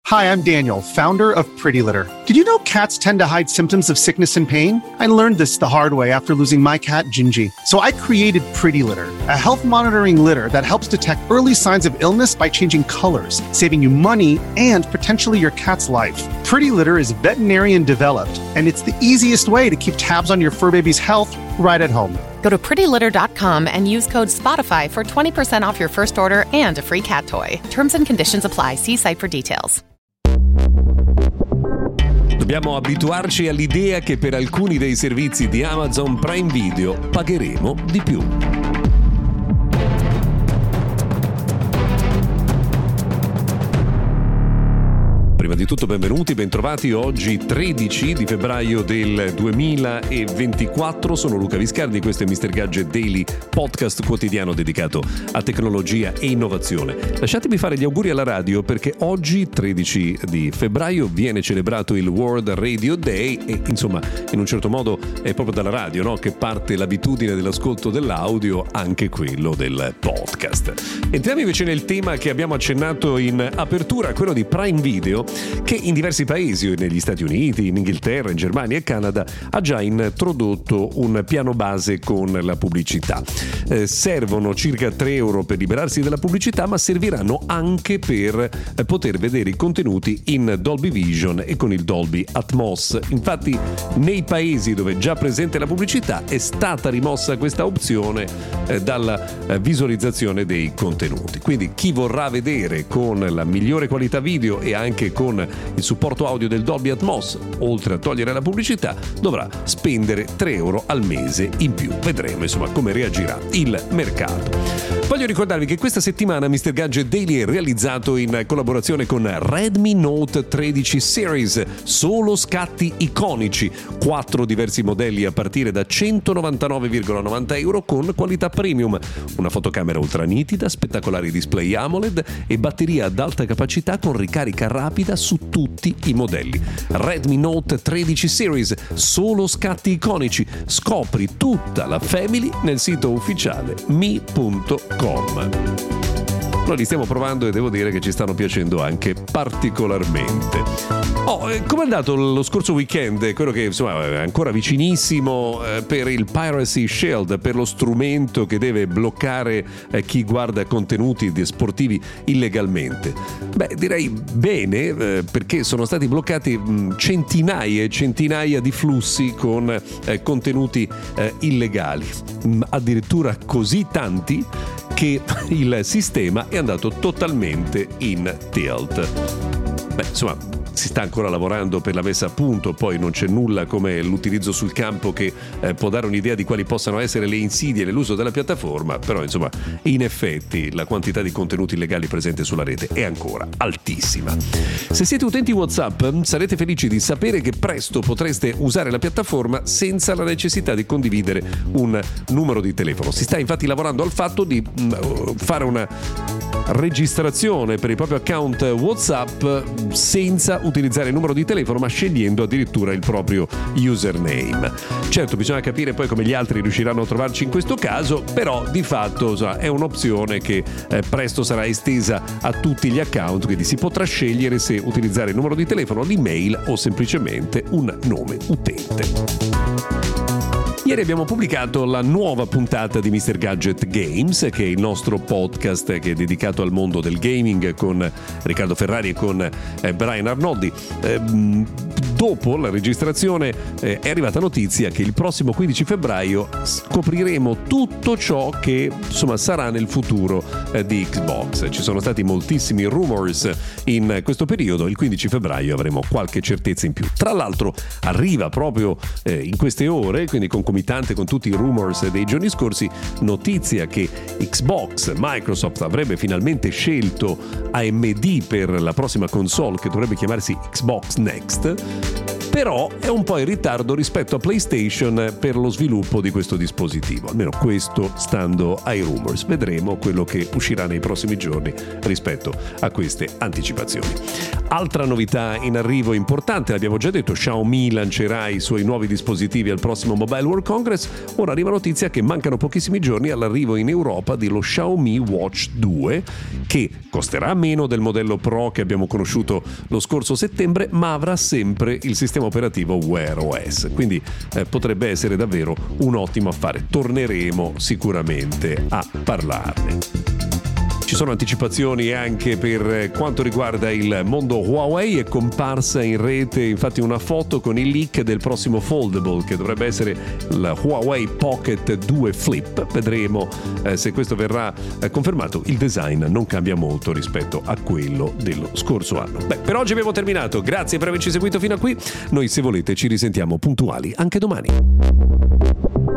Hi, I'm Daniel, founder of Pretty Litter. Did you know cats tend to hide symptoms of sickness and pain? I learned this the hard way after losing my cat, Gingy. So I created Pretty Litter, a health monitoring litter that helps detect early signs of illness by changing colors, saving you money and potentially your cat's life. Pretty Litter is veterinarian developed, and it's the easiest way to keep tabs on your fur baby's health right at home. Go to prettylitter.com and use code SPOTIFY for 20% off your first order and a free cat toy. Terms and conditions apply. See site for details. Dobbiamo abituarci all'idea che per alcuni dei servizi di Amazon Prime Video pagheremo di più. Prima di tutto benvenuti, bentrovati. Oggi 13 di febbraio del 2024, sono Luca Viscardi, questo è Mr. Gadget Daily, podcast quotidiano dedicato a tecnologia e innovazione. Lasciatemi fare gli auguri alla radio perché oggi 13 di febbraio viene celebrato il World Radio Day e insomma in un certo modo è proprio dalla radio, no, che parte l'abitudine dell'ascolto dell'audio, anche quello del podcast. Entriamo invece nel tema che abbiamo accennato in apertura, quello di Prime Video, che in diversi paesi, negli Stati Uniti, in Inghilterra, in Germania e Canada, ha già introdotto un piano base con la pubblicità. Servono circa 3 euro per liberarsi della pubblicità, ma serviranno anche per poter vedere i contenuti in Dolby Vision e con il Dolby Atmos. Infatti, nei paesi dove è già presente la pubblicità è stata rimossa questa opzione dalla visualizzazione dei contenuti. Quindi chi vorrà vedere con la migliore qualità video e anche con il supporto audio del Dolby Atmos, oltre a togliere la pubblicità, dovrà spendere 3 euro al mese in più. Vedremo insomma come reagirà il mercato. Voglio ricordarvi che questa settimana Mr. Gadget Daily è realizzato in collaborazione con Redmi Note 13 Series, solo scatti iconici, 4 diversi modelli a partire da 199,90 euro con qualità premium, una fotocamera ultra nitida, spettacolari display AMOLED e batteria ad alta capacità con ricarica rapida su tutti i modelli. Redmi Note 13 Series, solo scatti iconici. Scopri tutta la family nel sito ufficiale mi.com. Noi li stiamo provando e devo dire che ci stanno piacendo anche particolarmente. Come è andato lo scorso weekend? Quello che insomma è ancora vicinissimo per il Piracy Shield, per lo strumento che deve bloccare chi guarda contenuti sportivi illegalmente. Beh, direi bene, perché sono stati bloccati centinaia e centinaia di flussi con contenuti illegali, addirittura così tanti che il sistema è andato totalmente in tilt. Beh, insomma, si sta ancora lavorando per la messa a punto, poi non c'è nulla come l'utilizzo sul campo che può dare un'idea di quali possano essere le insidie nell'uso della piattaforma, però insomma in effetti la quantità di contenuti illegali presente sulla rete è ancora altissima. Se siete utenti WhatsApp sarete felici di sapere che presto potreste usare la piattaforma senza la necessità di condividere un numero di telefono. Si sta infatti lavorando al fatto di fare una registrazione per il proprio account WhatsApp senza utilizzare il numero di telefono, ma scegliendo addirittura il proprio username. Certo, bisogna capire poi come gli altri riusciranno a trovarci in questo caso, però di fatto è un'opzione che presto sarà estesa a tutti gli account, quindi si potrà scegliere se utilizzare il numero di telefono, l'email o semplicemente un nome utente. Ieri abbiamo pubblicato la nuova puntata di Mr. Gadget Games, che è il nostro podcast che è dedicato al mondo del gaming, con Riccardo Ferrari e con Brian Arnoldi. Dopo la registrazione è arrivata notizia che il prossimo 15 febbraio scopriremo tutto ciò che insomma sarà nel futuro di Xbox. Ci sono stati moltissimi rumors in questo periodo, il 15 febbraio avremo qualche certezza in più. Tra l'altro arriva proprio in queste ore, quindi concomitante con tutti i rumors dei giorni scorsi, notizia che Microsoft avrebbe finalmente scelto AMD per la prossima console, che dovrebbe chiamarsi Xbox Next. però è un po' in ritardo rispetto a PlayStation per lo sviluppo di questo dispositivo, almeno questo stando ai rumors. Vedremo quello che uscirà nei prossimi giorni rispetto a queste anticipazioni. Altra novità in arrivo importante, l'abbiamo già detto, Xiaomi lancerà i suoi nuovi dispositivi al prossimo Mobile World Congress. Ora arriva notizia che mancano pochissimi giorni all'arrivo in Europa dello Xiaomi Watch 2, che costerà meno del modello Pro che abbiamo conosciuto lo scorso settembre, ma avrà sempre il sistema operativo Wear OS, quindi potrebbe essere davvero un ottimo affare. Torneremo sicuramente a parlarne. Ci sono anticipazioni anche per quanto riguarda il mondo Huawei. È comparsa in rete infatti una foto con il leak del prossimo foldable, che dovrebbe essere il Huawei Pocket 2 Flip. Vedremo se questo verrà confermato. Il design non cambia molto rispetto a quello dello scorso anno. Per oggi abbiamo terminato. Grazie per averci seguito fino a qui. Noi, se volete, ci risentiamo puntuali anche domani.